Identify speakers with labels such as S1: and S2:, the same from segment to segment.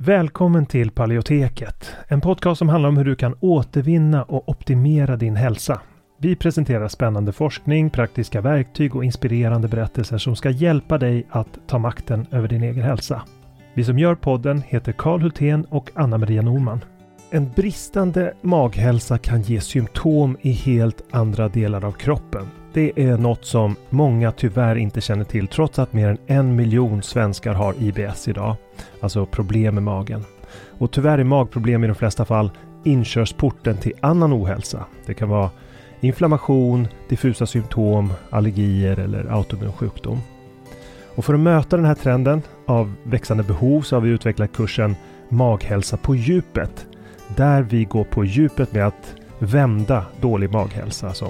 S1: Välkommen till Paleoteket, en podcast som handlar om hur du kan återvinna och optimera din hälsa. Vi presenterar spännande forskning, praktiska verktyg och inspirerande berättelser som ska hjälpa dig att ta makten över din egen hälsa. Vi som gör podden heter Carl Hultén och Anna-Maria Norman. En bristande maghälsa kan ge symptom i helt andra delar av kroppen. Det är något som många tyvärr inte känner till trots att mer än 1 miljon svenskar har IBS idag. Alltså problem med magen. Och tyvärr är magproblem i de flesta fall inkörsporten till annan ohälsa. Det kan vara inflammation, diffusa symptom, allergier eller autoimmun sjukdom. Och för att möta den här trenden av växande behov så har vi utvecklat kursen Maghälsa på djupet. Där vi går på djupet med att vända dålig maghälsa som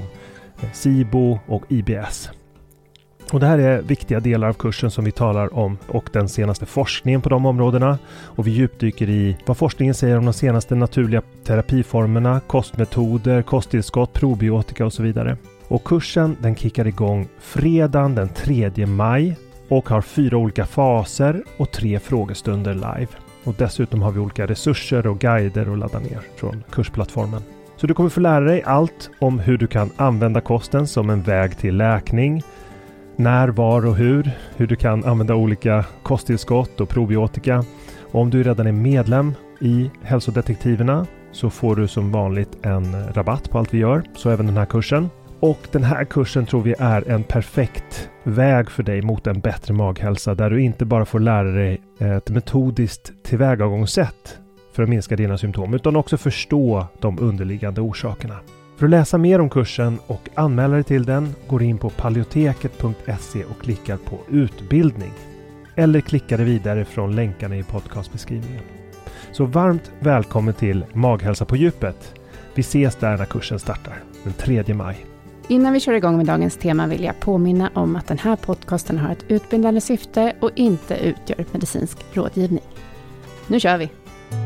S1: SIBO och IBS. Och det här är viktiga delar av kursen som vi talar om och den senaste forskningen på de områdena. Och vi djupdyker i vad forskningen säger om de senaste naturliga terapiformerna, kostmetoder, kosttillskott, probiotika och så vidare. Och kursen den kickar igång fredagen den 3 maj och har 4 olika faser och 3 frågestunder live. Och dessutom har vi olika resurser och guider att ladda ner från kursplattformen. Så du kommer få lära dig allt om hur du kan använda kosten som en väg till läkning. När, var och hur du kan använda olika kosttillskott och probiotika. Och om du redan är medlem i Hälsodetektiverna så får du som vanligt en rabatt på allt vi gör. Så även den här kursen. Och den här kursen tror vi är en perfekt väg för dig mot en bättre maghälsa. Där du inte bara får lära dig ett metodiskt tillvägagångssätt för att minska dina symptom utan också förstå de underliggande orsakerna. För att läsa mer om kursen och anmäla dig till den går in på paleoteket.se och klickar på utbildning. Eller klickar dig vidare från länkarna i podcastbeskrivningen. Så varmt välkommen till Maghälsa på djupet. Vi ses där när kursen startar, den 3 maj.
S2: Innan vi kör igång med dagens tema vill jag påminna om att den här podcasten har ett utbildande syfte och inte utgör medicinsk rådgivning. Nu kör vi!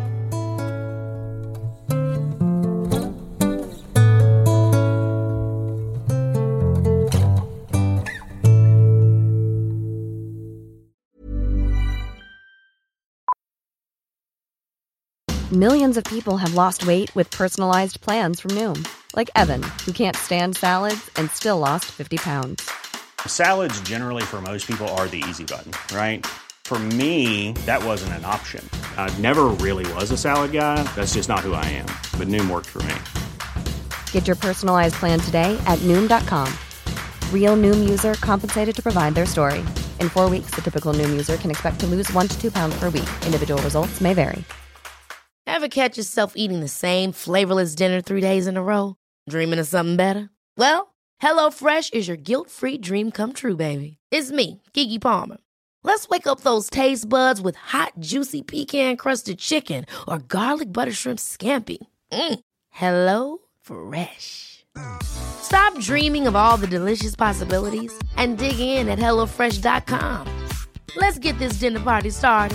S3: Millions of people have lost weight with personalized plans from Noom. Like Evan, who can't stand salads and still lost 50 pounds.
S4: Salads generally for most people are the easy button, right? For me, that wasn't an option. I never really was a salad guy. That's just not who I am. But Noom worked for me.
S3: Get your personalized plan today at Noom.com. Real Noom user compensated to provide their story. In 4 weeks, the typical Noom user can expect to lose 1 to 2 pounds per week. Individual results may vary.
S5: Ever catch yourself eating the same flavorless dinner 3 days in a row? Dreaming of something better? Well, HelloFresh is your guilt-free dream come true, baby. It's me, Keke Palmer. Let's wake up those taste buds with hot, juicy pecan-crusted chicken or garlic butter shrimp scampi. Hello Fresh. Stop dreaming of all the delicious possibilities and dig in at HelloFresh.com. Let's get this dinner party started.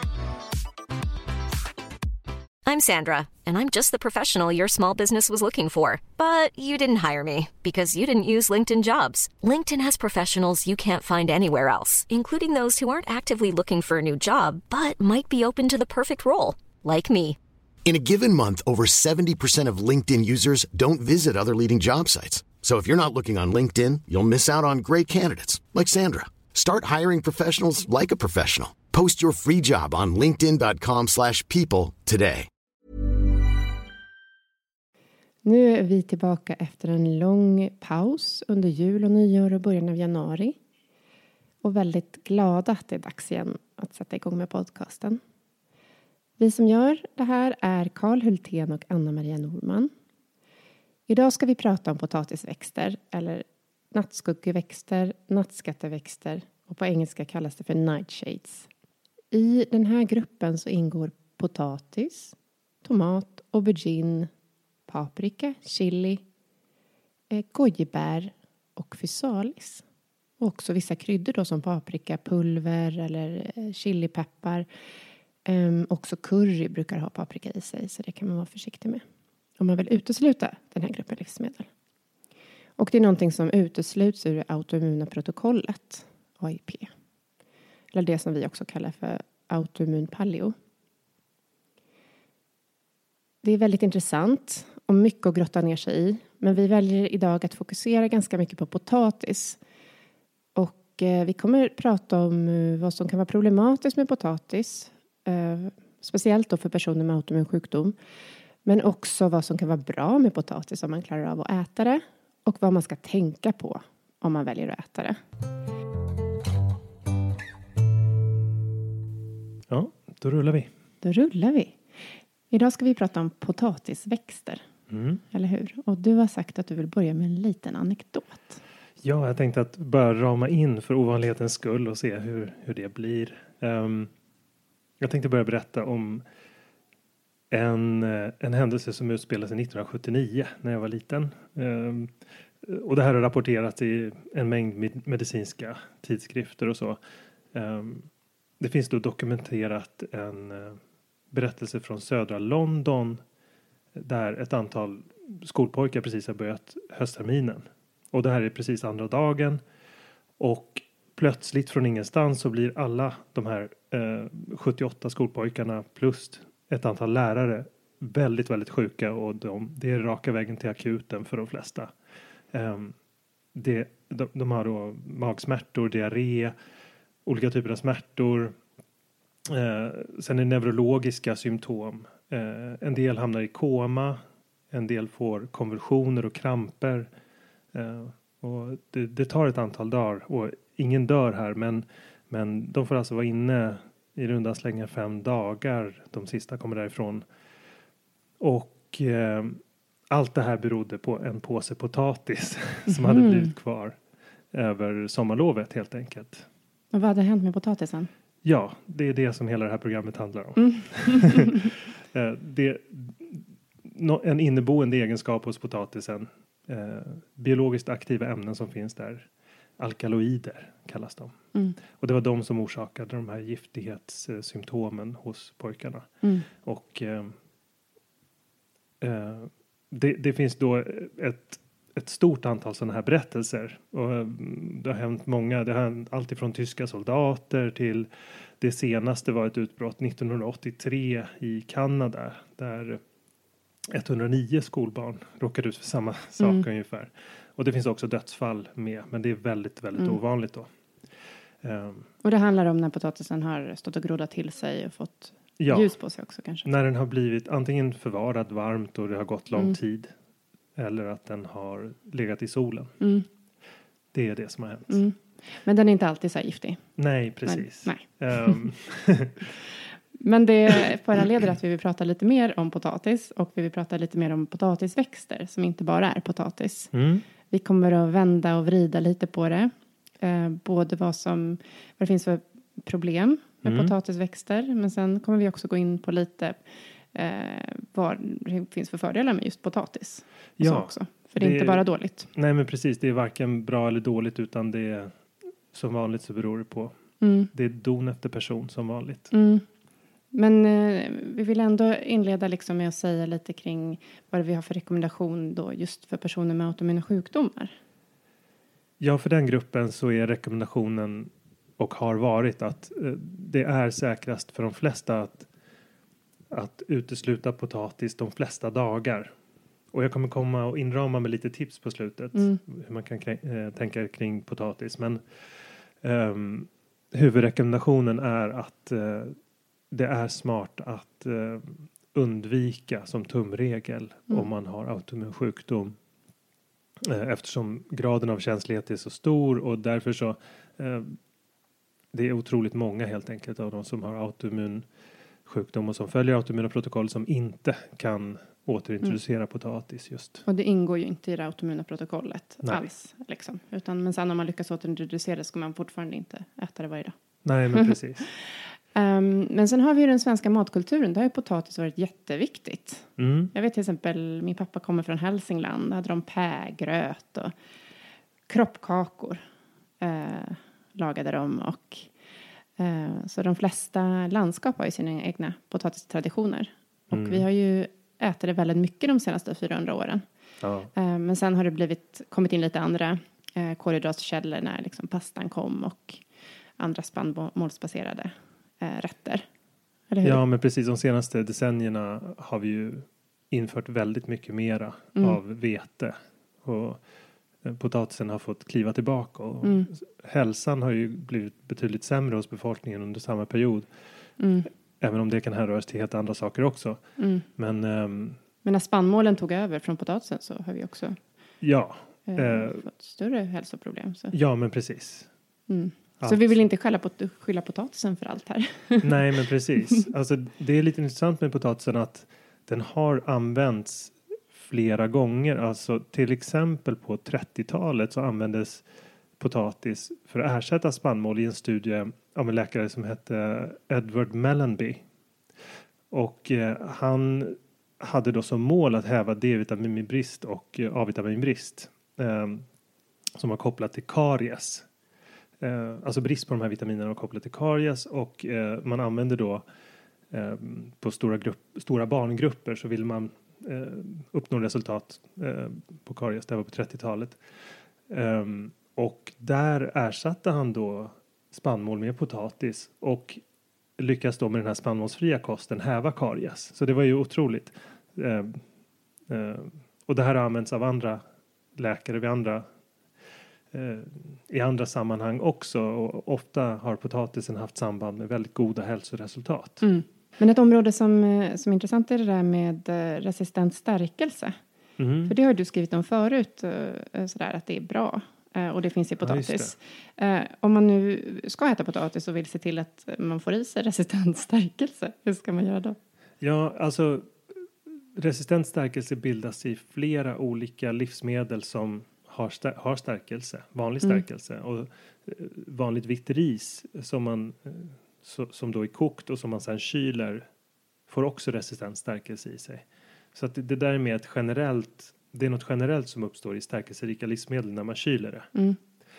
S6: I'm Sandra, and I'm just the professional your small business was looking for. But you didn't hire me because you didn't use LinkedIn Jobs. LinkedIn has professionals you can't find anywhere else, including those who aren't actively looking for a new job, but might be open to the perfect role, like me.
S7: In a given month, over 70% of LinkedIn users don't visit other leading job sites. So if you're not looking on LinkedIn, you'll miss out on great candidates, like Sandra. Start hiring professionals like a professional. Post your free job on linkedin.com/people today.
S2: Nu är vi tillbaka efter en lång paus under jul och nyår och början av januari. Och väldigt glada att det är dags igen att sätta igång med podcasten. Vi som gör det här är Carl Hultén och Anna-Maria Norman. Idag ska vi prata om potatisväxter eller nattskuggeväxter, nattskatteväxter och på engelska kallas det för nightshades. I den här gruppen så ingår potatis, tomat, aubergine, paprika, chili, gojibär och physalis. Och också vissa kryddor då som paprika, pulver eller chilipeppar. Också curry brukar ha paprika i sig, så det kan man vara försiktig med om man vill utesluta den här gruppen livsmedel. Och det är någonting som utesluts ur det autoimmuna protokollet, AIP. Eller det som vi också kallar för autoimmun paleo. Det är väldigt intressant och mycket att grotta ner sig i. Men vi väljer idag att fokusera ganska mycket på potatis. Och vi kommer prata om vad som kan vara problematiskt med potatis. Speciellt då för personer med autoimmun sjukdom. Men också vad som kan vara bra med potatis om man klarar av att äta det. Och vad man ska tänka på om man väljer att äta det.
S1: Ja, då rullar vi.
S2: Då rullar vi. Idag ska vi prata om potatisväxter. Eller hur? Och du har sagt att du vill börja med en liten anekdot.
S1: Ja, jag tänkte att bara rama in för ovanlighetens skull och se hur det blir. Jag tänkte börja berätta om en händelse som utspelade sig 1979 när jag var liten. Och det här har rapporterats i en mängd medicinska tidskrifter och så. Det finns då dokumenterat en berättelse från södra London där ett antal skolpojkar precis har börjat höstterminen. Och det här är precis andra dagen. Och plötsligt från ingenstans så blir alla de här 78 skolpojkarna plus ett antal lärare väldigt, väldigt sjuka. Och det är raka vägen till akuten för de flesta. De har då magsmärtor, diarré, olika typer av smärtor. Sen är neurologiska symptom. En del hamnar i koma. En del får konvulsioner och kramper. Och det tar ett antal dagar. Och ingen dör här. Men de får alltså vara inne i runda slängar 5 dagar. De sista kommer därifrån. Och allt det här berodde på en påse potatis. Som hade blivit kvar över sommarlovet helt enkelt.
S2: Och vad hade hänt med potatisen?
S1: Ja, det är det som hela det här programmet handlar om. En inneboende egenskap hos potatisen. Biologiskt aktiva ämnen som finns där. Alkaloider kallas de. Och det var de som orsakade de här giftighetssymptomen hos pojkarna. Och det finns då ett stort antal sådana här berättelser. Och det har hänt många. Det har hänt allt ifrån tyska soldater till det senaste var ett utbrott 1983 i Kanada. Där 109 skolbarn råkade ut för samma sak ungefär. Och det finns också dödsfall med. Men det är väldigt, väldigt ovanligt då.
S2: Och det handlar om när potatisen har stått och grodat till sig och fått ljus på sig också kanske.
S1: När den har blivit antingen förvarad varmt och det har gått lång tid. Eller att den har legat i solen. Det är det som har hänt.
S2: Men den är inte alltid så här giftig.
S1: Nej, precis.
S2: Nej. Men det föranleder att vi vill prata lite mer om potatis. Och vi vill prata lite mer om potatisväxter. Som inte bara är potatis. Vi kommer att vända och vrida lite på det. Både vad det finns för problem med potatisväxter. Men sen kommer vi också gå in på lite vad det finns för fördelar med just potatis. Ja, också. För det är inte bara dåligt.
S1: Nej, men precis. Det är varken bra eller dåligt, utan det är som vanligt så beror det på. Det är don efter person som vanligt.
S2: Men vi vill ändå inleda liksom med att säga lite kring vad vi har för rekommendation då just för personer med autoimmuna sjukdomar.
S1: Ja, för den gruppen så är rekommendationen och har varit att det är säkrast för de flesta att utesluta potatis de flesta dagar. Och jag kommer komma och inrama med lite tips på slutet. Hur man kan tänka kring potatis. Men huvudrekommendationen är att det är smart att undvika som tumregel om man har autoimmun sjukdom. Eftersom graden av känslighet är så stor och därför så det är otroligt många helt enkelt av de som har autoimmun sjukdom och som följer autoimmuna protokoll som inte kan återintroducera potatis just.
S2: Och det ingår ju inte i det autoimmuna protokollet alls. Liksom. Men sen om man lyckas återintroducera det ska man fortfarande inte äta det varje dag.
S1: Nej, men precis.
S2: Men sen har vi ju den svenska matkulturen. Där har ju potatis varit jätteviktigt. Jag vet till exempel, min pappa kommer från Hälsingland. Där hade de pägröt och kroppkakor. Lagade de och så de flesta landskap har ju sina egna potatistraditioner. Och vi har ju ätit det väldigt mycket de senaste 400 åren. Ja. Men sen har det kommit in lite andra kolhydratkällor när liksom pastan kom och andra spannmålsbaserade rätter. Eller hur?
S1: Ja, men precis de senaste decennierna har vi ju infört väldigt mycket mera av vete. Och potatisen har fått kliva tillbaka. Och hälsan har ju blivit betydligt sämre hos befolkningen under samma period. Även om det kan härröras till helt andra saker också. Men
S2: när spannmålen tog över från potatisen så har vi också fått större hälsoproblem. Så.
S1: Ja, men precis.
S2: Så vi vill inte skylla potatisen för allt här.
S1: Nej, men precis. Alltså, det är lite intressant med potatisen att den har använts flera gånger. Alltså till exempel på 30-talet så användes potatis för att ersätta spannmål i en studie av en läkare som hette Edward Mellanby. Och han hade då som mål att häva D-vitaminbrist och A-vitaminbrist som var kopplat till karies. Alltså brist på de här vitaminerna var kopplat till karies och man använde då på stora barngrupper så vill man uppnå resultat på karies. Det var på 30-talet. Och där ersatte han då spannmål med potatis och lyckas då med den här spannmålsfria kosten häva karies. Så det var ju otroligt. Och det här har använts av andra läkare i andra sammanhang också. Och ofta har potatisen haft samband med väldigt goda hälsoresultat.
S2: Men ett område som är intressant är det där med resistent stärkelse. För det har du skrivit om förut, sådär, att det är bra. Och det finns i potatis. Om man nu ska äta potatis och vill se till att man får i sig resistent stärkelse, hur ska man göra då?
S1: Ja, alltså resistent stärkelse bildas i flera olika livsmedel som har stärkelse, vanlig stärkelse. Och vanligt vitt ris som då är kokt och som man sedan kyler får också resistent stärkelse i sig. Så att det där är med ett det är något generellt som uppstår i stärkelserika livsmedel när man kyler det.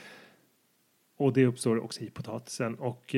S1: Och det uppstår också i potatisen. Och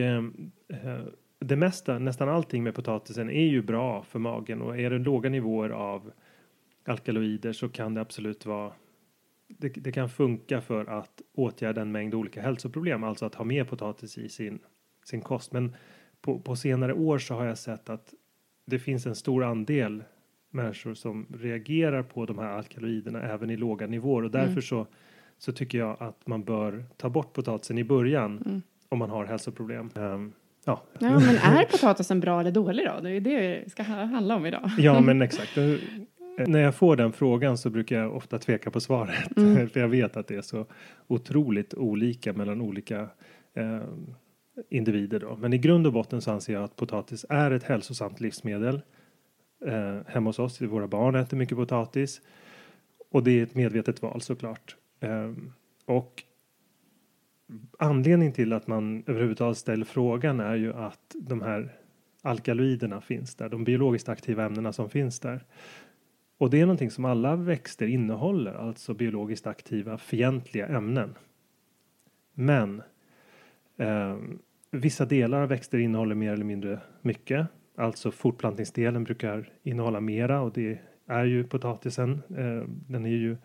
S1: det mesta, nästan allting med potatisen är ju bra för magen. Och är det låga nivåer av alkaloider så kan det absolut vara... Det kan funka för att åtgärda en mängd olika hälsoproblem. Alltså att ha mer potatis i sin kost. Men på senare år så har jag sett att det finns en stor andel människor som reagerar på de här alkaloiderna även i låga nivåer. Och därför så tycker jag att man bör ta bort potatisen i början om man har hälsoproblem. Ja,
S2: men är potatisen bra eller dålig då? Det är det ska handla om idag.
S1: Ja, men exakt. När jag får den frågan så brukar jag ofta tveka på svaret. För jag vet att det är så otroligt olika mellan olika individer då. Men i grund och botten så anser jag att potatis är ett hälsosamt livsmedel. Hemma hos oss, våra barn äter mycket potatis. Och det är ett medvetet val såklart. Och anledningen till att man överhuvudtaget ställer frågan är ju att de här alkaloiderna finns där. De biologiskt aktiva ämnena som finns där. Och det är någonting som alla växter innehåller. Alltså biologiskt aktiva fientliga ämnen. Men vissa delar av växter innehåller mer eller mindre mycket. Alltså fortplantningsdelen brukar innehålla mera. Och det är ju potatisen. Den är ju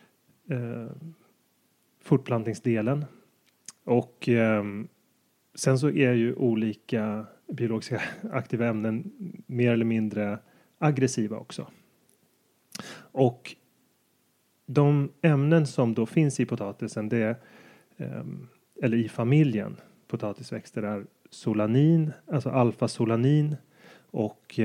S1: fortplantningsdelen. Och sen så är ju olika biologiska aktiva ämnen mer eller mindre aggressiva också. Och de ämnen som då finns i potatisen, eller i familjen potatisväxter, är solanin, alltså alfa-solanin och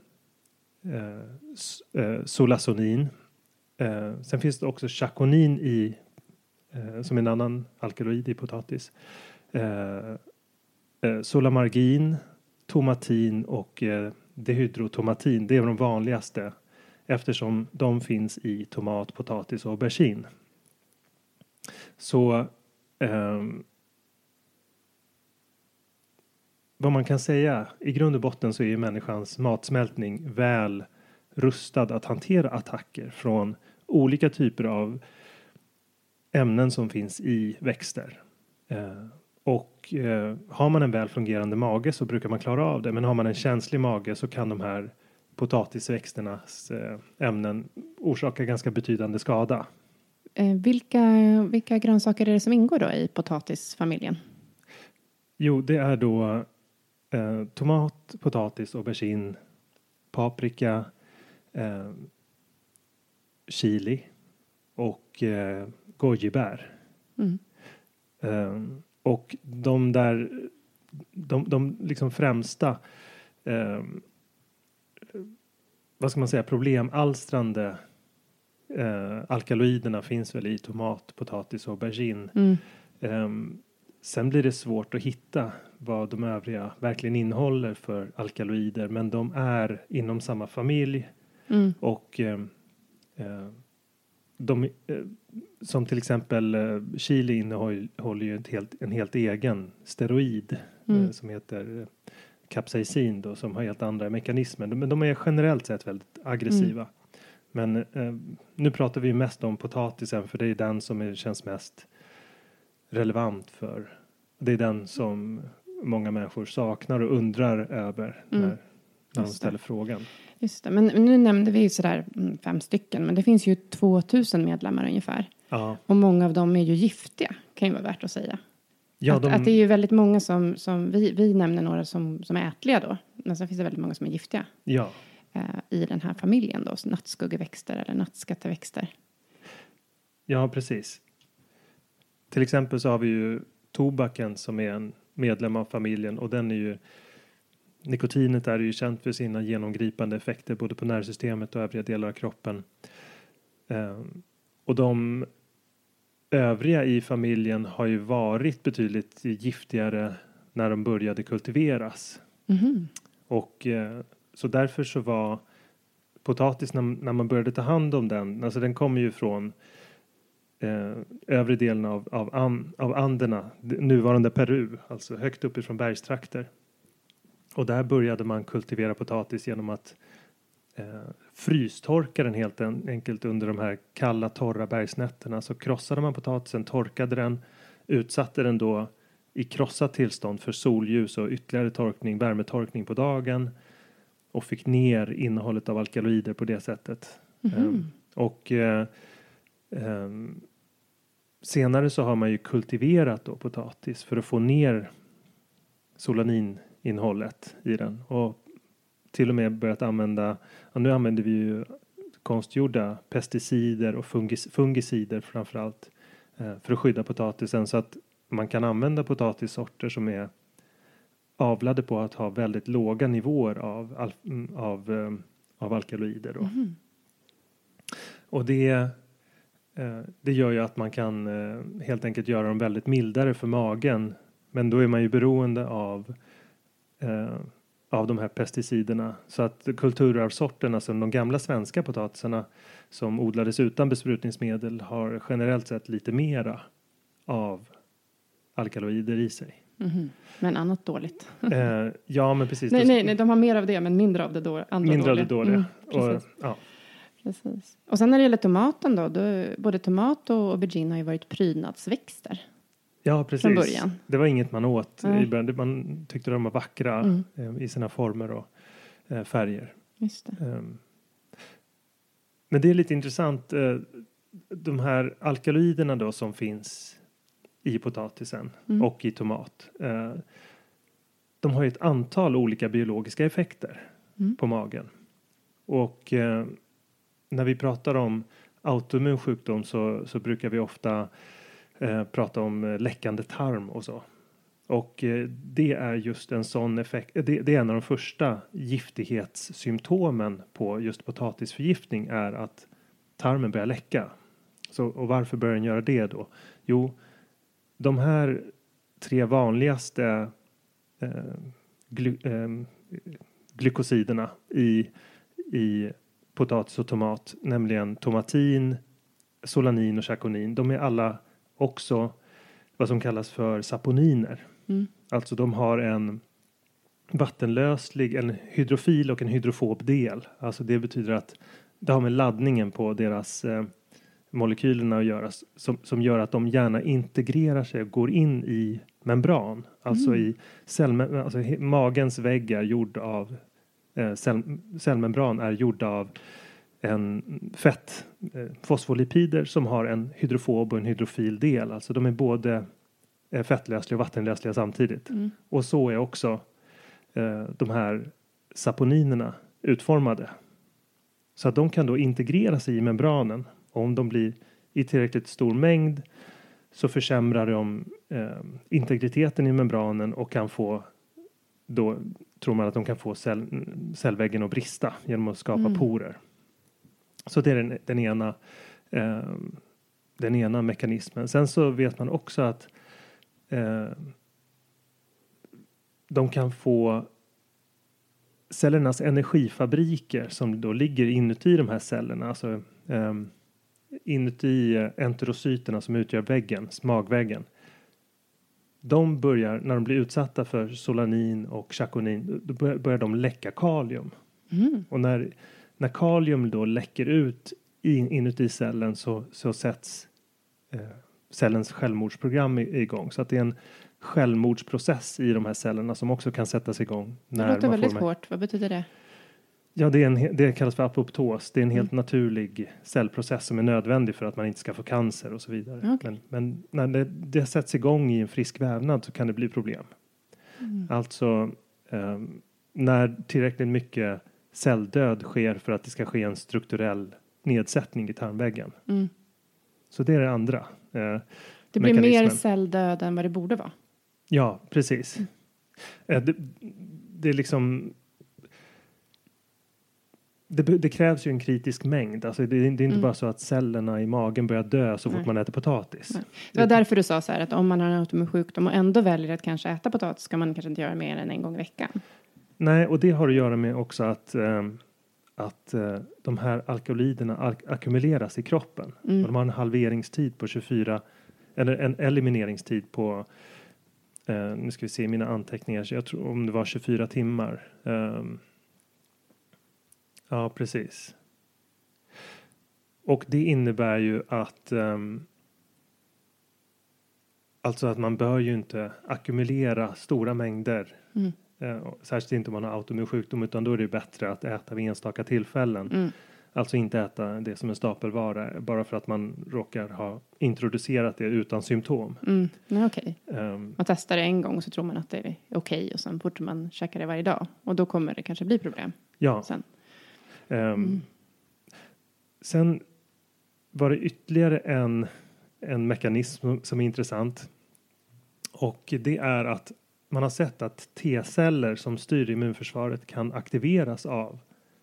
S1: solazonin. Sen finns det också chakonin som är en annan alkaloid i potatis. Solamargin, tomatin och dehydrotomatin. Det är de vanligaste eftersom de finns i tomat, potatis och aubergine. Så vad man kan säga, i grund och botten så är ju människans matsmältning väl rustad att hantera attacker från olika typer av ämnen som finns i växter. Och har man en väl fungerande mage så brukar man klara av det. Men har man en känslig mage så kan de här potatisväxternas ämnen orsaka ganska betydande skada.
S2: Vilka grönsaker är det som ingår då i potatisfamiljen?
S1: Jo, det är då tomat, potatis, aubergine, paprika, chili och gojibär. Och de liksom främsta vad ska man säga, problemalstrande alkaloiderna finns väl i tomat, potatis och aubergine. Sen blir det svårt att hitta vad de övriga verkligen innehåller för alkaloider, men de är inom samma familj och som till exempel chili innehåller ju en helt egen steroid som heter capsaicin då, som har helt andra mekanismer. Men de är generellt sett väldigt aggressiva. Men nu pratar vi mest om potatisen, för det är den som känns mest relevant för. Det är den som många människor saknar och undrar över när de ställer frågan. Just det,
S2: men nu nämnde vi sådär 5 stycken, men det finns ju 2000 medlemmar ungefär.
S1: Ja.
S2: Och många av dem är ju giftiga, kan ju vara värt att säga.
S1: Ja,
S2: att det är ju väldigt många som vi nämner några som är ätliga då. Men sen finns det väldigt många som är giftiga.
S1: Ja.
S2: I den här familjen då. Nattskuggeväxter eller nattskatteväxter.
S1: Ja, precis. Till exempel så har vi ju tobaken som är en medlem av familjen. Och den är ju, nikotinet är ju känt för sina genomgripande effekter både på nervsystemet och övriga delar av kroppen. Och de övriga i familjen har ju varit betydligt giftigare när de började kultiveras. Och så därför så var potatis när man började ta hand om den, alltså den kommer ju från övre delen av Anderna, nuvarande Peru, alltså högt uppifrån bergstrakter. Och där började man kultivera potatis genom att frystorka den helt enkelt under de här kalla, torra bergsnätterna. Så krossade man potatisen, torkade den, utsatte den då i krossat tillstånd för solljus och ytterligare torkning, värmetorkning på dagen. Och fick ner innehållet av alkaloider på det sättet. Senare så har man ju kultiverat då potatis för att få ner solaninnehållet i den. Och till och med börjat använda, nu använder vi ju konstgjorda pesticider och fungicider framförallt för att skydda potatisen, så att man kan använda potatissorter som är avlade på att ha väldigt låga nivåer av alkaloider då. Och det gör ju att man kan helt enkelt göra dem väldigt mildare för magen, men då är man ju beroende av de här pesticiderna. Så att kulturarvssorterna som de gamla svenska potatisarna som odlades utan besprutningsmedel har generellt sett lite mera av alkaloider i sig.
S2: Men annat dåligt.
S1: Ja, men precis.
S2: Nej, de har mer av det men mindre av det
S1: mindre av det dåliga.
S2: Precis. Och sen när det gäller tomaten då både tomat och aubergine har ju varit prydnadsväxter.
S1: Ja, precis.
S2: Från början.
S1: Det var inget man åt i början. Man tyckte de var vackra i sina former och färger.
S2: Just det.
S1: Men det är lite intressant. De här alkaloiderna då som finns i potatisen och i tomat. De har ju ett antal olika biologiska effekter på magen. Och när vi pratar om autoimmun sjukdom så brukar vi ofta prata om läckande tarm och så. Och det är just en sån effekt. Det är en av de första giftighetssymptomen på just potatisförgiftning är att tarmen börjar läcka. Och varför börjar den göra det då? Jo, de här 3 vanligaste glykosiderna i potatis och tomat, nämligen tomatin, solanin och chakonin, de är alla också vad som kallas för saponiner. Alltså de har en vattenlöslig, en hydrofil och en hydrofob del. Alltså det betyder att det har med laddningen på deras molekylerna att göra som gör att de gärna integrerar sig och går in i membran. Alltså i magens vägg är gjord av cellmembran är gjord av en fett, fosfolipider som har en hydrofob och en hydrofil del. Alltså de är både fettlösliga och vattenlösliga samtidigt. Och så är också de här saponinerna utformade. Så att de kan då integrera sig i membranen. Och om de blir i tillräckligt stor mängd så försämrar de integriteten i membranen och kan få, då tror man att de kan få cellväggen att brista genom att skapa porer. Så det är den ena mekanismen. Sen så vet man också att de kan få cellernas energifabriker som då ligger inuti de här cellerna, alltså inuti enterocyterna som utgör väggen, magväggen. De börjar, när de blir utsatta för solanin och chakonin, då börjar de läcka kalium. Och när kalium då läcker ut inuti cellen så sätts cellens självmordsprogram igång. Så att det är en självmordsprocess i de här cellerna som också kan sättas igång.
S2: Det låter väldigt hårt. Vad betyder det?
S1: Ja, det kallas för apoptos. Det är en helt naturlig cellprocess som är nödvändig för att man inte ska få cancer och så vidare.
S2: Okay.
S1: Men när det sätts igång i en frisk vävnad så kan det bli problem. Alltså när tillräckligt mycket celldöd sker för att det ska ske en strukturell nedsättning i tarmväggen. Så det är det andra.
S2: Det blir mer celldöd än vad det borde vara.
S1: Ja, precis. Det är liksom... Det krävs ju en kritisk mängd. Alltså det är inte bara så att cellerna i magen börjar dö så fort man äter potatis.
S2: Nej. Det var därför du sa så här att om man har en autoimmun sjukdom och ändå väljer att kanske äta potatis ska man kanske inte göra mer än en gång i veckan.
S1: Nej, och det har att göra med också att de här alkaloiderna ackumuleras i kroppen. Och de har en halveringstid på 24, eller en elimineringstid på, nu ska vi se mina anteckningar, så jag tror om det var 24 timmar. Ja, precis. Och det innebär ju att alltså att man bör ju inte ackumulera stora mängder. Särskilt inte om man har autoimmun sjukdom, utan då är det bättre att äta vid enstaka tillfällen. Alltså inte äta det som en stapelvara bara för att man råkar ha introducerat det utan symptom.
S2: Okej. Man testar det en gång och så tror man att det är okej och sen fortsätter man käka det varje dag. Och då kommer det kanske bli problem.
S1: Ja. Sen var det ytterligare en mekanism som är intressant. Och det är att man har sett att T-celler som styr immunförsvaret kan aktiveras av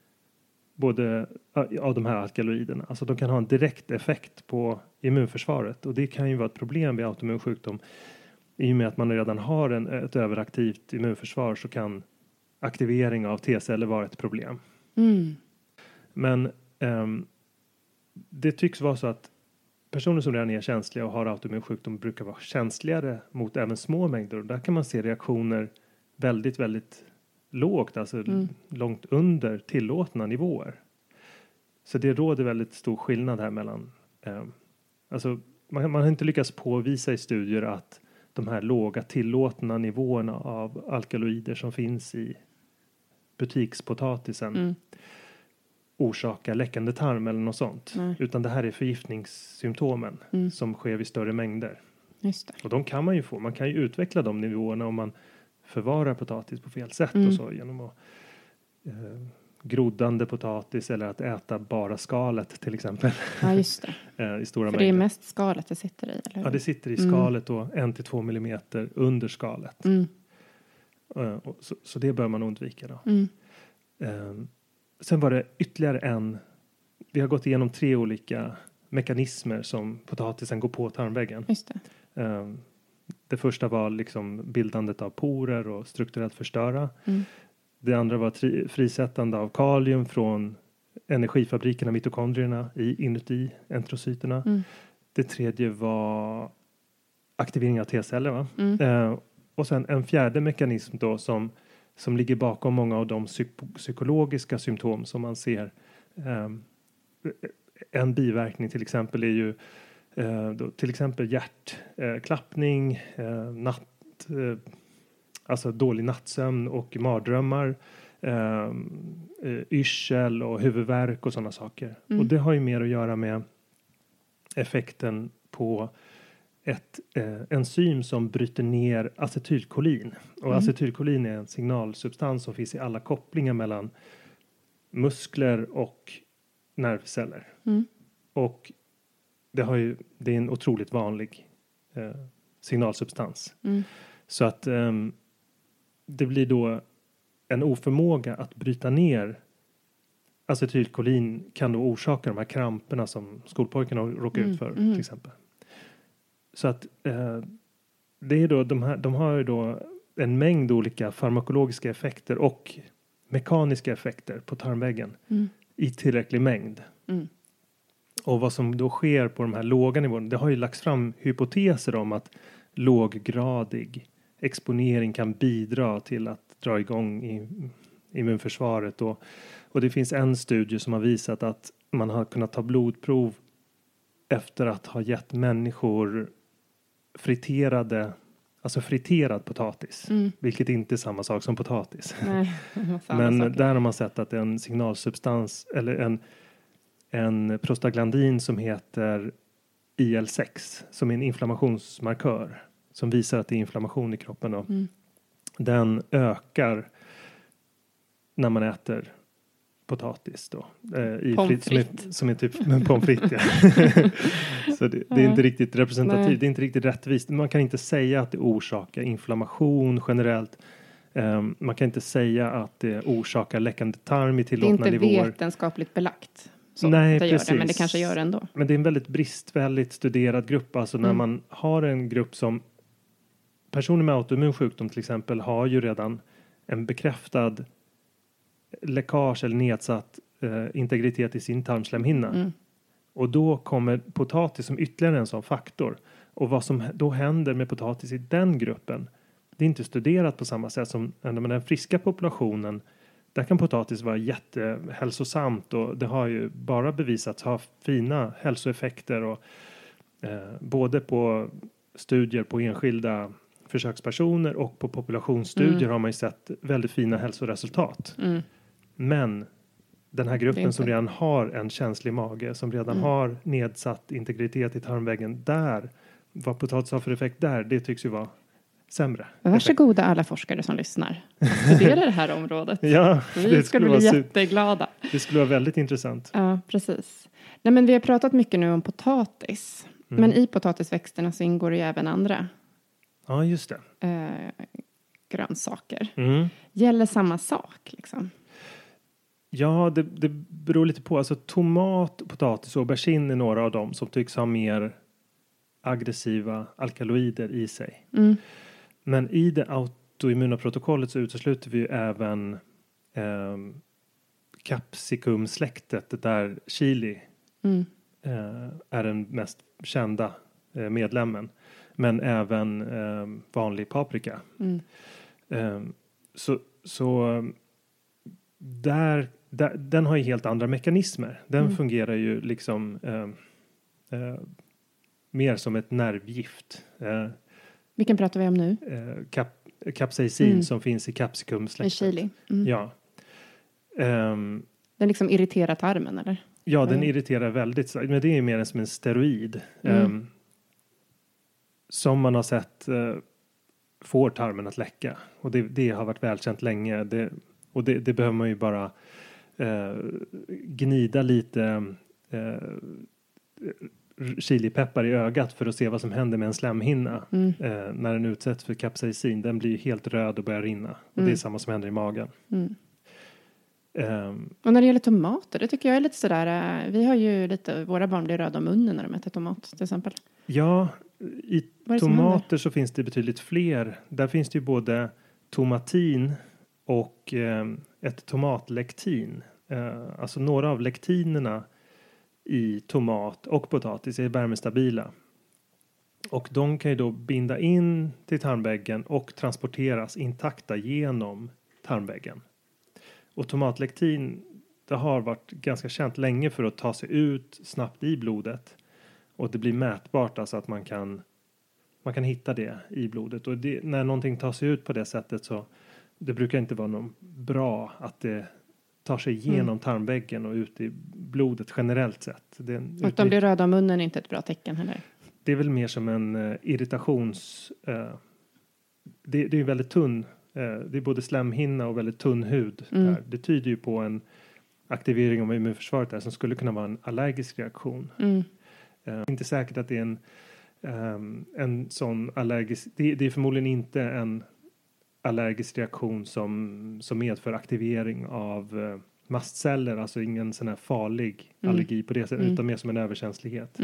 S1: de här alkaloiderna. Alltså de kan ha en direkt effekt på immunförsvaret. Och det kan ju vara ett problem vid autoimmun sjukdom. I och med att man redan har ett överaktivt immunförsvar så kan aktivering av T-celler vara ett problem. Men det tycks vara så att personer som redan är känsliga och har autoimmun sjukdom brukar vara känsligare mot även små mängder. Och där kan man se reaktioner väldigt, väldigt lågt. Alltså långt under tillåtna nivåer. Så det råder väldigt stor skillnad här mellan... alltså man har inte lyckats påvisa i studier att de här låga tillåtna nivåerna av alkaloider som finns i butikspotatisen orsakar läckande tarm eller något sånt. Utan det här är förgiftningssymptomen som sker vid större mängder.
S2: Just det.
S1: Och de kan man ju få. Man kan ju utveckla de nivåerna om man förvarar potatis på fel sätt och så genom att groddande potatis eller att äta bara skalet till exempel.
S2: Ja, just det.
S1: I stora
S2: För
S1: mängder.
S2: det är mest skalet det sitter i, eller hur?
S1: Ja, det sitter i skalet och 1-2 millimeter under skalet. Så det bör man undvika då. Sen var det ytterligare vi har gått igenom 3 olika mekanismer som potatisen går på tarmväggen.
S2: Just det.
S1: Det första var liksom bildandet av porer och strukturellt förstöra. Det andra var frisättande av kalium från energifabrikerna, mitokondrierna inuti enterocyterna. Det tredje var aktivering av T-celler. Va? Och sen en fjärde mekanism då som ligger bakom många av de psykologiska symptom som man ser. En biverkning till exempel är ju till exempel hjärtklappning, alltså dålig nattsömn och mardrömmar, yrsel och huvudvärk och sådana saker. Och det har ju mer att göra med effekten på ett enzym som bryter ner acetylkolin. Och acetylkolin är en signalsubstans som finns i alla kopplingar mellan muskler och nervceller. Och det är en otroligt vanlig signalsubstans. Så att det blir då en oförmåga att bryta ner acetylkolin kan då orsaka de här kramperna som skolpojkarna råkar ut för till exempel. Så att det är då de har ju då en mängd olika farmakologiska effekter och mekaniska effekter på tarmväggen i tillräcklig mängd. Och vad som då sker på de här låga nivåerna, det har ju lagts fram hypoteser om att låggradig exponering kan bidra till att dra igång immunförsvaret. Och det finns en studie som har visat att man har kunnat ta blodprov efter att ha gett människor friterad potatis. Vilket inte är samma sak som potatis.
S2: Nej,
S1: men där har man sett att en signalsubstans eller en prostaglandin som heter IL-6 som är en inflammationsmarkör som visar att det är inflammation i kroppen då. Den ökar när man äter potatis då. Som är typ pommes frites. Ja. Så det är inte riktigt representativt. Nej. Det är inte riktigt rättvist. Man kan inte säga att det orsakar inflammation generellt. Man kan inte säga att det orsakar läckande tarm i tillåtna nivåer.
S2: Det är inte vetenskapligt belagt.
S1: Nej,
S2: det
S1: precis.
S2: gör det, men det kanske gör det ändå.
S1: Men det är en väldigt bristfälligt studerad grupp. Alltså när man har en grupp som personer med autoimmun sjukdom till exempel har ju redan en bekräftad läckage eller nedsatt integritet i sin tarmslemhinna. Och då kommer potatis som ytterligare en sån faktor. Och vad som då händer med potatis i den gruppen, det är inte studerat på samma sätt som med den friska populationen. Där kan potatis vara jättehälsosamt och det har ju bara bevisats ha fina hälsoeffekter och både på studier på enskilda försökspersoner och på populationsstudier har man ju sett väldigt fina hälsoresultat. Men den här gruppen som redan har en känslig mage, som redan har nedsatt integritet i tarmväggen, där vad potatis har för effekt där, det tycks ju vara sämre.
S2: Varsågoda alla forskare som lyssnar. Studera det här området.
S1: Ja,
S2: vi skulle bli jätteglada.
S1: Det skulle vara väldigt intressant.
S2: Ja, precis. Nej, men vi har pratat mycket nu om potatis. Men i potatisväxterna så ingår det ju även andra.
S1: Ja, just
S2: det. Grönsaker. Gäller samma sak liksom?
S1: Ja, det beror lite på. Alltså tomat, potatis och aubergine är några av dem som tycks ha mer aggressiva alkaloider i sig. Men i det autoimmuna protokollet så utesluter vi ju även capsicumsläktet där chili är den mest kända medlemmen. Men även vanlig paprika. Så den har ju helt andra mekanismer. Den fungerar ju liksom mer som ett nervgift.
S2: Vilken pratar vi om nu?
S1: Capsaicin som finns i capsicumsläktet.
S2: I chili.
S1: Ja.
S2: Den liksom irriterar tarmen, eller?
S1: Ja, den irriterar väldigt. Men det är mer som en steroid. Som man har sett får tarmen att läcka. Och det har varit välkänt länge. Det behöver man ju bara gnida lite chilipeppar i ögat för att se vad som händer med en slemhinna när den utsätts för capsaicin. Den blir helt röd och börjar rinna. Och det är samma som händer i magen.
S2: Och när det gäller tomater, det tycker jag är lite sådär, vi har ju lite, våra barn blir röda om munnen när de äter tomat till exempel.
S1: Ja, i tomater så finns det betydligt fler. Där finns det ju både tomatin och ett tomatlektin. Alltså några av lektinerna i tomat och potatis är värmestabila. Och de kan ju då binda in till tarmväggen och transporteras intakta genom tarmväggen. Och tomatlektin, det har varit ganska känt länge för att ta sig ut snabbt i blodet. Och det blir mätbart, alltså att man kan hitta det i blodet. Och när någonting tar sig ut på det sättet så det brukar inte vara någon bra att det tar sig igenom tarmväggen och ut i blodet generellt sett.
S2: Och att de blir röda om munnen är inte ett bra tecken heller.
S1: Det är väl mer som en irritations... det är väldigt tunn. Det är både slemhinna och väldigt tunn hud. Där. Det tyder ju på aktivering av immunförsvaret där som skulle kunna vara en allergisk reaktion. Inte säkert att det är en sån allergisk, det är förmodligen inte en allergisk reaktion som medför aktivering av mastceller, alltså ingen sån här farlig allergi på det sättet, utan mer som en överkänslighet.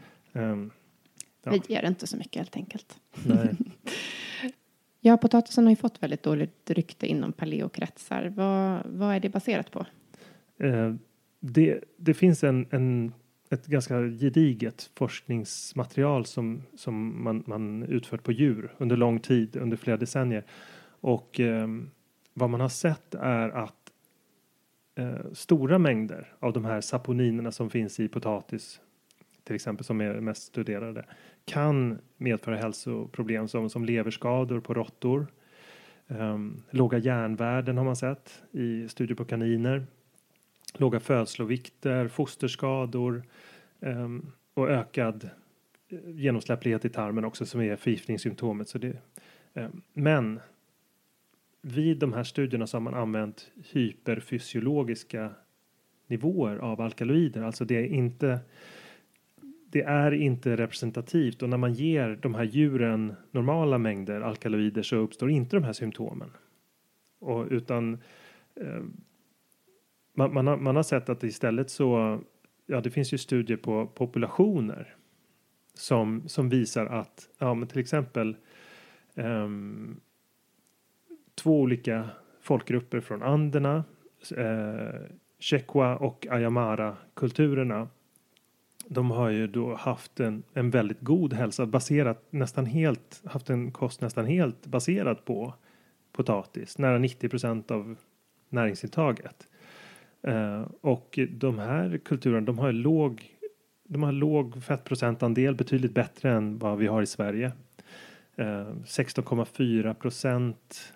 S2: Det ger inte så mycket helt enkelt.
S1: Nej.
S2: Ja, potatisen har ju fått väldigt dåligt rykte inom paleokretsar. Vad är det baserat på?
S1: Det finns ett ganska gediget forskningsmaterial som man utfört på djur under lång tid, under flera decennier. Och vad man har sett är att stora mängder av de här saponinerna som finns i potatis, till exempel, som är mest studerade, kan medföra hälsoproblem som leverskador på råttor. Låga järnvärden har man sett i studier på kaniner. Låga födslovikter, fosterskador och ökad genomsläpplighet i tarmen också, som är förgiftningssymptomet. Men vid de här studierna så har man använt hyperfysiologiska nivåer av alkaloider. Alltså det är inte representativt, och när man ger de här djuren normala mängder alkaloider så uppstår inte de här symptomen. Utan man har sett att istället så, det finns ju studier på populationer som visar att, men till exempel 2 olika folkgrupper från Anderna, Chekwa och Ayamara-kulturerna, de har ju då haft en väldigt god hälsa, haft en kost nästan helt baserad på potatis, nära 90% av näringsintaget. Och de här kulturerna, de har låg fettprocentandel, betydligt bättre än vad vi har i Sverige. 16,4%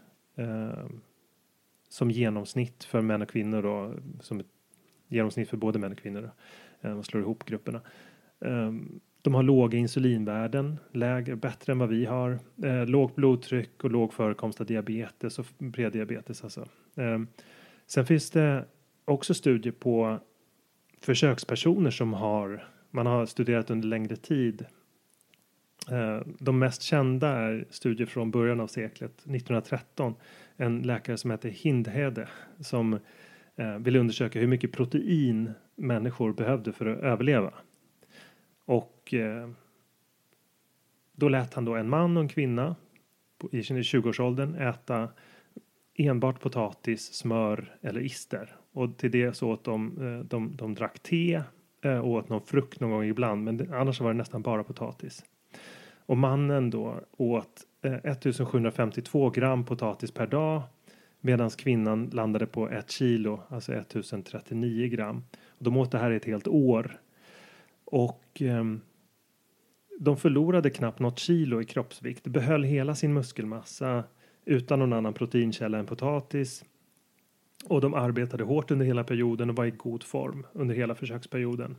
S1: som genomsnitt för män och kvinnor då, som ett genomsnitt för både män och kvinnor då, man slår ihop grupperna. De har låga insulinvärden, bättre än vad vi har. Lågt blodtryck och låg förekomst av diabetes och prediabetes. Alltså. Sen finns det också studier på försökspersoner som man har studerat under längre tid. De mest kända är studier från början av seklet, 1913. En läkare som heter Hindhede som ville undersöka hur mycket protein människor behövde för att överleva. Och då lät han då en man och en kvinna i 20-årsåldern äta enbart potatis, smör eller ister. Och till det så åt de drack te och åt någon frukt någon gång ibland. Men annars var det nästan bara potatis. Och mannen då åt 1752 gram potatis per dag. Medan kvinnan landade på 1 kilo, alltså 1039 gram. Och de åt det här ett helt år. Och de förlorade knappt något kilo i kroppsvikt. Behöll hela sin muskelmassa utan någon annan proteinkälla än potatis. Och de arbetade hårt under hela perioden och var i god form under hela försöksperioden.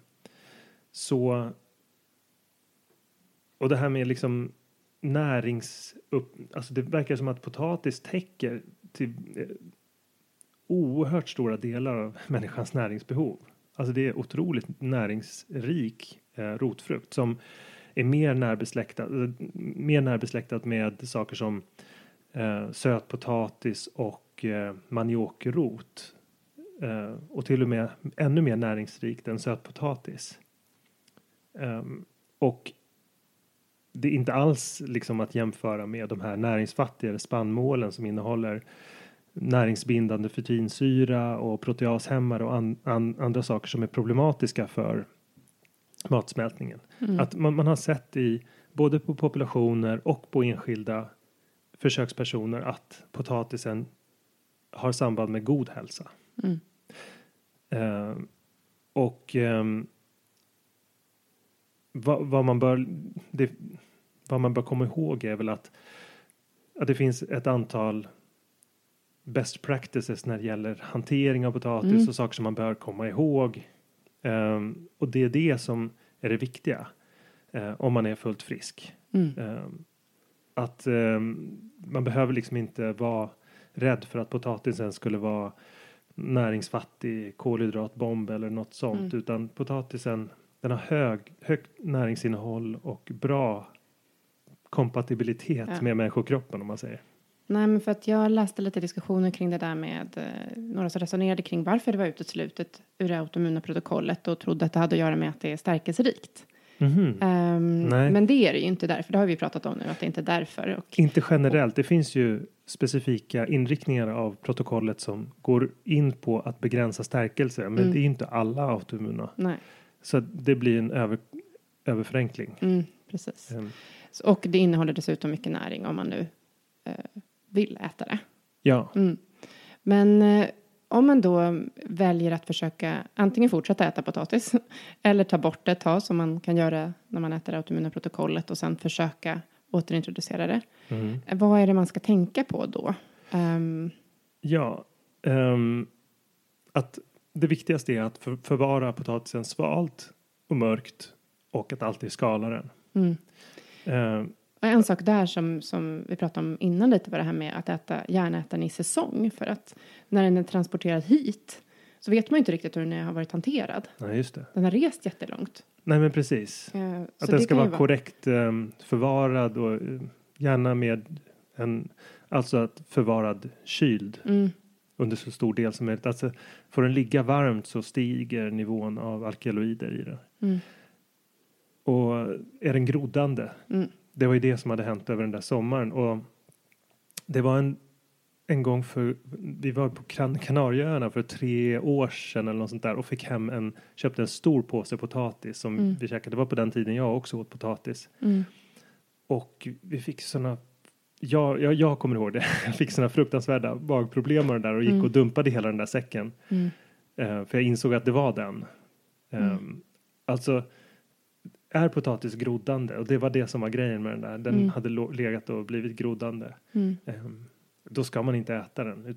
S1: Och det här med liksom alltså det verkar som att potatis täcker till oerhört stora delar av människans näringsbehov. Alltså det är otroligt näringsrik rotfrukt som är mer närbesläktad med saker som sötpotatis och maniokrot. Och till och med ännu mer näringsrikt än sötpotatis. Och det är inte alls liksom att jämföra med de här näringsfattigare spannmålen som innehåller näringsbindande fytinsyra och proteashämmare och andra saker som är problematiska för matsmältningen. Att man har sett både på populationer och på enskilda försökspersoner att potatisen har samband med god hälsa. Vad man bör komma ihåg är väl att det finns ett antal best practices när det gäller hantering av potatis och saker som man bör komma ihåg. Och det är det som är det viktiga om man är fullt frisk. Att man behöver liksom inte vara rädd för att potatisen skulle vara näringsfattig kolhydratbomb eller något sånt. Utan potatisen, den har högt näringsinnehåll och bra kompatibilitet med människokroppen, om man säger.
S2: Nej, men för att jag läste lite diskussioner kring det där med några som resonerade kring varför det var uteslutet ur det autoimmuna protokollet och trodde att det hade att göra med att det är stärkelserikt. Men det är det ju inte därför. Det har vi pratat om nu, att det inte är därför.
S1: Inte generellt. Det finns ju specifika inriktningar av protokollet som går in på att begränsa stärkelse. Men det är inte alla autoimmuna.
S2: Nej.
S1: Så det blir en överförenkling.
S2: Precis. Och det innehåller dessutom mycket näring om man nu vill äta det.
S1: Ja.
S2: Men om man då väljer att försöka antingen fortsätta äta potatis eller ta bort det ett tag som man kan göra när man äter det autoimmuna protokollet och sen försöka återintroducera det. Vad är det man ska tänka på då?
S1: Att det viktigaste är att förvara potatisen svalt och mörkt och att alltid skala den.
S2: Och en sak där som vi pratade om innan lite var det här med att gärna äta den i säsong. För att när den är transporterad hit så vet man ju inte riktigt hur den har varit hanterad.
S1: Nej, just det.
S2: Den har rest jättelångt.
S1: Nej, men precis. Att den ska vara korrekt förvarad och gärna med förvarad kyld under så stor del som möjligt. Alltså, får den ligga varmt så stiger nivån av alkaloider i den. Och är den groddande? Det var ju det som hade hänt över den där sommaren. Och det var en gång vi var på Kanarieöarna för 3 år sedan eller något sånt där. Och köpte en stor påse potatis som vi käkade. Det var på den tiden jag också åt potatis. Och vi fick sådana, jag kommer ihåg det. Jag fick sådana fruktansvärda magproblem med den där och gick och dumpade hela den där säcken. För jag insåg att det var den. Alltså, är potatis groddande? Och det var det som var grejen med den där. Den hade legat och blivit groddande. Då ska man inte äta den.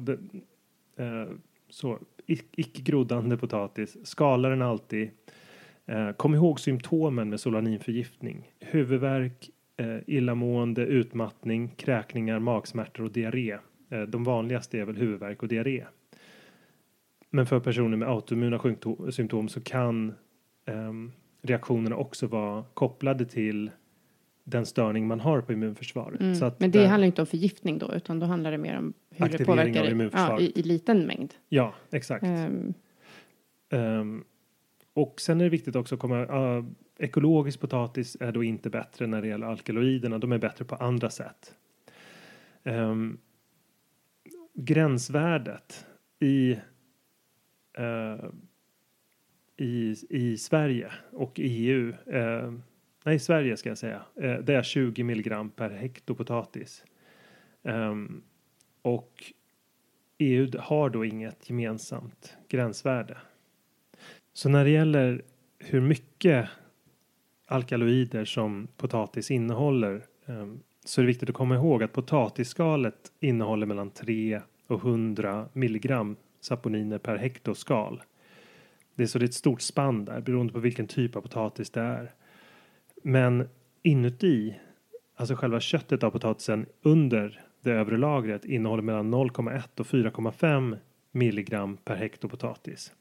S1: Så icke groddande potatis. Skala den alltid. Kom ihåg symptomen med solaninförgiftning. Huvudvärk, illamående, utmattning, kräkningar, magsmärtor och diarré. De vanligaste är väl huvudvärk och diarré. Men för personer med autoimmuna symptom så kan reaktionerna också vara kopplade till den störning man har på immunförsvaret. Så att
S2: men det handlar inte om förgiftning då, utan då handlar det mer om hur det påverkar i liten mängd.
S1: Ja, exakt. Och sen är det viktigt också att ekologisk potatis är då inte bättre när det gäller alkaloiderna. De är bättre på andra sätt. Gränsvärdet i Sverige och EU, i Sverige ska jag säga, det är 20 milligram per hekto potatis. Och EU har då inget gemensamt gränsvärde. Så när det gäller hur mycket alkaloider som potatis innehåller så är det viktigt att komma ihåg att potatisskalet innehåller mellan 3 och 100 milligram saponiner per hektoskal. Det är ett stort spann där beroende på vilken typ av potatis det är. Men inuti, alltså själva köttet av potatisen under det övre lagret innehåller mellan 0,1 och 4,5 milligram per hekto potatis.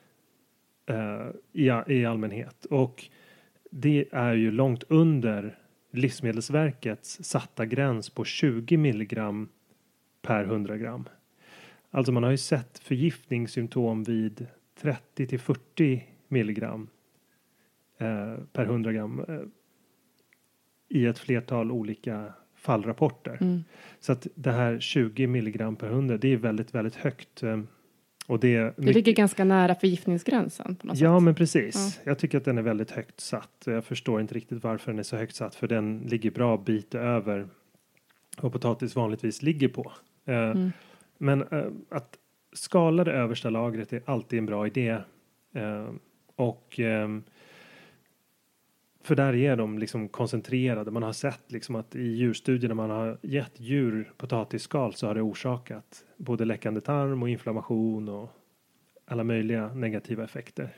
S1: I allmänhet. Och det är ju långt under Livsmedelsverkets satta gräns på 20 milligram per 100 gram. Alltså man har ju sett förgiftningssymptom vid 30 till 40 milligram per 100 gram i ett flertal olika fallrapporter. Så att det här 20 milligram per 100, det är väldigt, väldigt högt. Och det
S2: ligger ganska nära förgiftningsgränsen på något sätt.
S1: Ja, men precis. Jag tycker att den är väldigt högt satt. Jag förstår inte riktigt varför den är så högt satt. För den ligger bra bit över vad potatis vanligtvis ligger på. Men att skala det översta lagret är alltid en bra idé. För där är de liksom koncentrerade. Man har sett liksom att i djurstudier när man har gett djur potatisskal så har det orsakat både läckande tarm och inflammation och alla möjliga negativa effekter.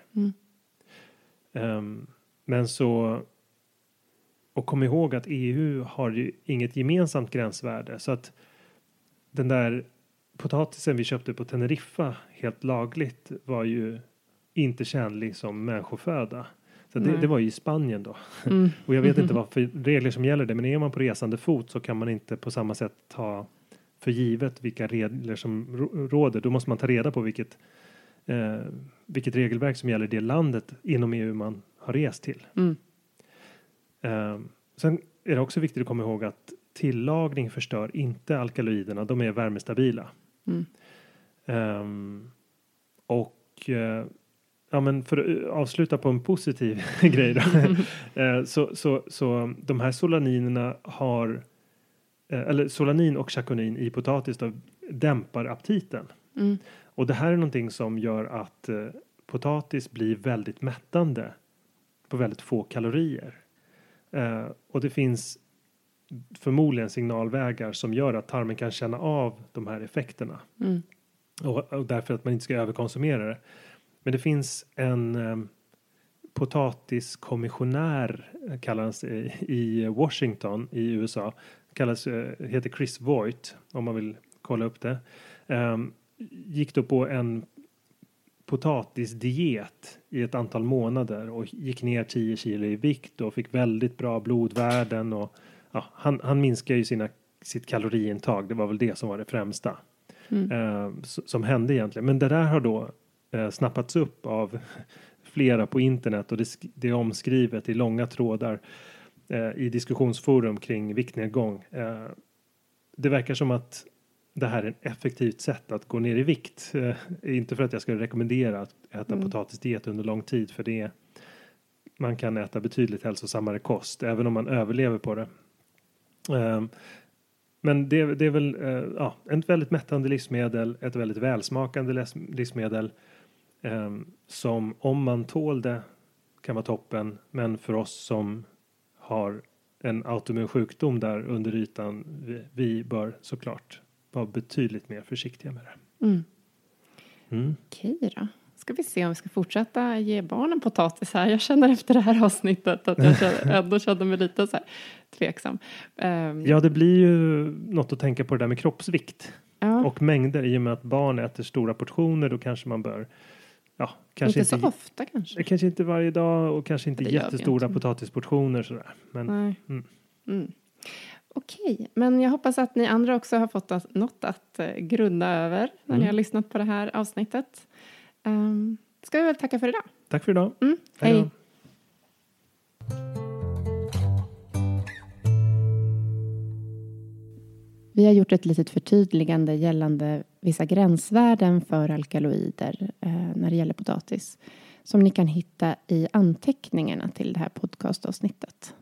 S1: Och kom ihåg att EU har ju inget gemensamt gränsvärde. Så att den där potatisen vi köpte på Teneriffa helt lagligt var ju inte tjänlig som människoföda. Så det var ju i Spanien då. Och jag vet inte vad för regler som gäller det. Men är man på resande fot så kan man inte på samma sätt ta för givet vilka regler som råder. Då måste man ta reda på vilket regelverk som gäller det landet inom EU man har rest till. Sen är det också viktigt att komma ihåg att tillagning förstör inte alkaloiderna. De är värmestabila. Ja, men för att avsluta på en positiv grej då. Så de här solaninerna har eller solanin och chakonin i potatis då, dämpar aptiten. Och det här är någonting som gör att potatis blir väldigt mättande på väldigt få kalorier. Och det finns förmodligen signalvägar som gör att tarmen kan känna av de här effekterna. Och därför att man inte ska överkonsumera det. Men det finns en potatiskommissionär kallas i Washington i USA. Heter Chris Voigt om man vill kolla upp det. Gick då på en potatisdiet i ett antal månader och gick ner 10 kilo i vikt och fick väldigt bra blodvärden och ja, han minskade ju sitt kaloriintag. Det var väl det som var det främsta som hände egentligen. Men det där har då snappats upp av flera på internet och det är omskrivet i långa trådar i diskussionsforum kring viktnedgång. Det verkar som att det här är ett effektivt sätt att gå ner i vikt. Inte för att jag skulle rekommendera att äta potatisdiet under lång tid, för man kan äta betydligt hälsosammare kost även om man överlever på det. Men det är väl ett väldigt mättande livsmedel, ett väldigt välsmakande livsmedel som om man tål det kan vara toppen, men för oss som har en autoimmun sjukdom där under ytan, vi bör såklart vara betydligt mer försiktiga med det.
S2: Okej då. Ska vi se om vi ska fortsätta ge barnen potatis här. Jag känner efter det här avsnittet att jag ändå kände mig lite så här tveksam.
S1: Ja, det blir ju något att tänka på det där med kroppsvikt. Och mängder. I och med att barn äter stora portioner, då kanske man bör kanske
S2: inte så ofta kanske.
S1: Kanske inte varje dag och kanske inte jättestora potatisportioner sådär. Men,
S2: Okej, men jag hoppas att ni andra också har fått något att grunna över när ni har lyssnat på det här avsnittet. Ska vi väl tacka för idag?
S1: Tack för idag.
S2: Hej. Vi har gjort ett litet förtydligande gällande vissa gränsvärden för alkaloider när det gäller potatis. Som ni kan hitta i anteckningarna till det här podcastavsnittet.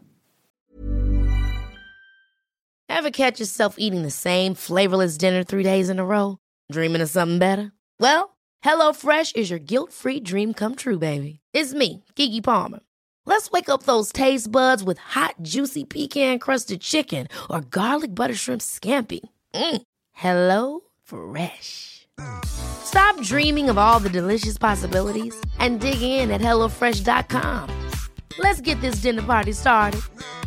S5: Ever catch yourself eating the same flavorless dinner 3 days in a row? Dreaming of something better? Well, HelloFresh is your guilt-free dream come true, baby. It's me, Keke Palmer. Let's wake up those taste buds with hot, juicy pecan-crusted chicken or garlic butter shrimp scampi. Hello Fresh. Stop dreaming of all the delicious possibilities and dig in at HelloFresh.com. Let's get this dinner party started.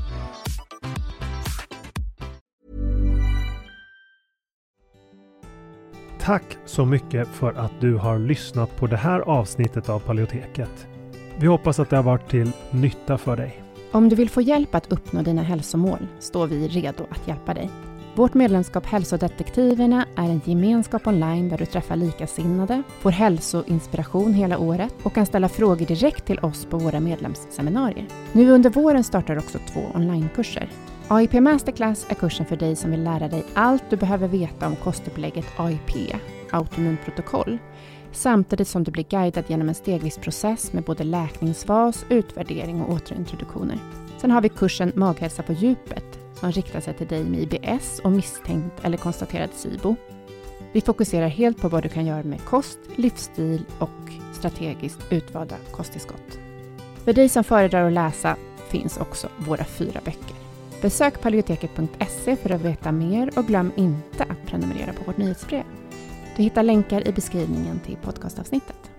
S1: Tack så mycket för att du har lyssnat på det här avsnittet av Paleoteket. Vi hoppas att det har varit till nytta för dig.
S2: Om du vill få hjälp att uppnå dina hälsomål står vi redo att hjälpa dig. Vårt medlemskap Hälsodetektiverna är en gemenskap online där du träffar likasinnade, får hälsoinspiration hela året och kan ställa frågor direkt till oss på våra medlemsseminarier. Nu under våren startar också 2 onlinekurser. AIP Masterclass är kursen för dig som vill lära dig allt du behöver veta om kostupplägget AIP, autoimmunprotokoll, samtidigt som du blir guidad genom en stegvis process med både läkningsfas, utvärdering och återintroduktioner. Sen har vi kursen Maghälsa på djupet som riktar sig till dig med IBS och misstänkt eller konstaterad SIBO. Vi fokuserar helt på vad du kan göra med kost, livsstil och strategiskt utvalda kosttillskott. För dig som föredrar att läsa finns också våra 4 böcker. Besök paleoteket.se för att veta mer och glöm inte att prenumerera på vårt nyhetsbrev. Du hittar länkar i beskrivningen till podcastavsnittet.